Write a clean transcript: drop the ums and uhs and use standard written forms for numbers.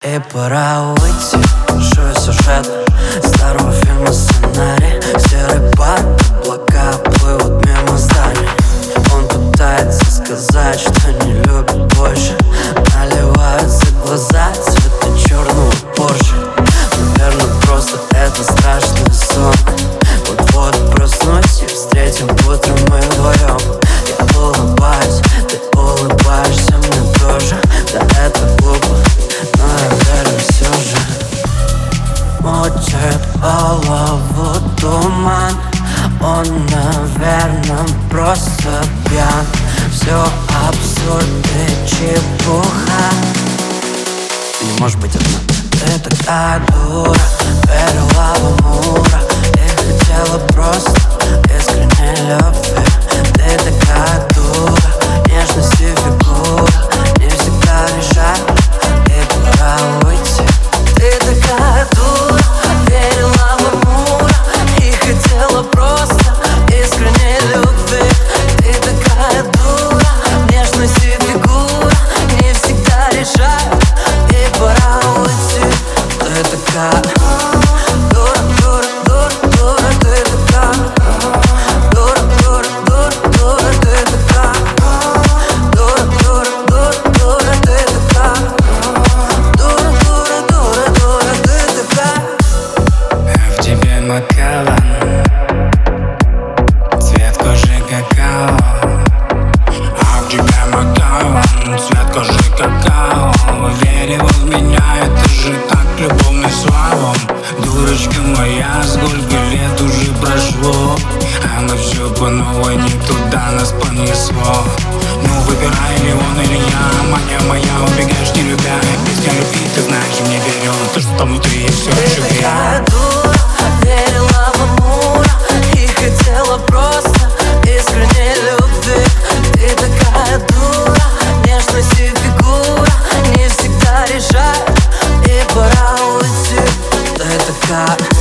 И пора уйти, большой сюжет старого фильма сценарий. Серый парк, облака плывут мимо зданий. Он пытается сказать, что не любит больше. Наливаются глаза цвета черного Порше. Наверное, просто это страшный сон. Вот-вот проснусь и встретим утром мы вдвоем. Я улыбаюсь, ты улыбаешься мне тоже. Да это глупо, но я верю все же. Мучает голову туман. Он, наверное, просто пьян. Все абсурд и чепуха. Ты не можешь быть одна. Ты такая дура, верила в амура и хотела просто искренней любви. Ты такая дура, нежность и фигура не всегда решают, и пора уйти. Ты такая дура, верила в амура и хотела просто искренней любви. Ты такая дура, нежность и фигура не всегда решают, и пора уйти. Ты такая дура, дура, дура, дура, ты такая дура, дура, дура, дура, ты такая дура, дура, дура, дура, ты такая дура, дура, дура, дура, ты такая. В тебе Макалан, цвет кожи какао. А в тебе Макалан, цвет кожи какао. Верила в меня, это же так любовным словом. Дурочка моя, сколько лет уже прошло, а мы все по новой, не туда нас понесло. Ну выбирай, или он, или я. Мания моя, убегаешь не любя. Песня любви, ты знаешь, мне верю. То, что внутри, все еще Ты я. такая дура, верила в амура и хотела просто искренней любви. Ты такая дура, нежность и фигура не всегда решают, и пора уйти. Ты такая